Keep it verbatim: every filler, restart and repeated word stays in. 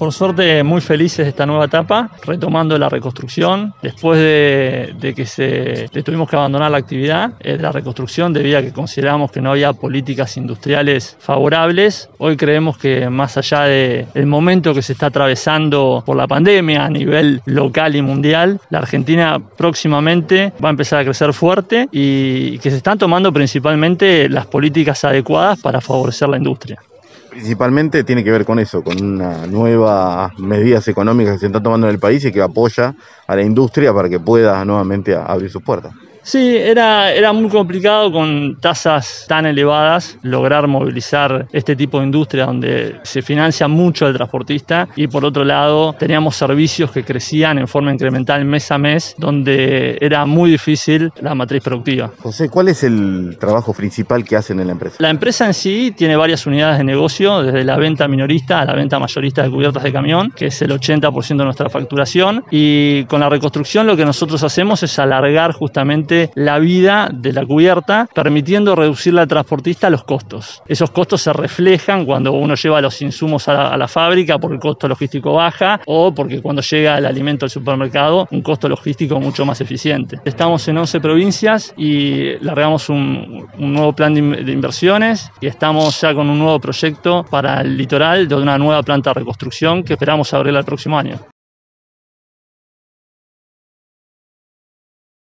por suerte muy felices de esta nueva etapa, retomando la reconstrucción. Después de, de que se, de tuvimos que abandonar la actividad eh, de la reconstrucción debido a que consideramos que no había políticas industriales favorables, hoy creemos que más allá de, del momento que se está atravesando por la pandemia a nivel local y mundial, la Argentina próximamente va a empezar a crecer fuerte y que se están tomando principalmente las políticas adecuadas para favorecer la industria. Principalmente tiene que ver con eso, con una nueva medidas económicas que se están tomando en el país y que apoya a la industria para que pueda nuevamente abrir sus puertas. Sí, era, era muy complicado con tasas tan elevadas lograr movilizar este tipo de industria donde se financia mucho el transportista y por otro lado teníamos servicios que crecían en forma incremental mes a mes donde era muy difícil la matriz productiva. José, ¿cuál es el trabajo principal que hacen en la empresa? La empresa en sí tiene varias unidades de negocio, desde la venta minorista a la venta mayorista de cubiertas de camión, que es el ochenta por ciento de nuestra facturación, y con la reconstrucción lo que nosotros hacemos es alargar justamente la vida de la cubierta, permitiendo reducirle al transportista los costos. Esos costos se reflejan cuando uno lleva los insumos a la, a la fábrica porque el costo logístico baja o porque cuando llega el alimento al supermercado un costo logístico mucho más eficiente. Estamos en once provincias y largamos un, un nuevo plan de, de inversiones y estamos ya con un nuevo proyecto para el litoral de una nueva planta de reconstrucción que esperamos abrirla el próximo año.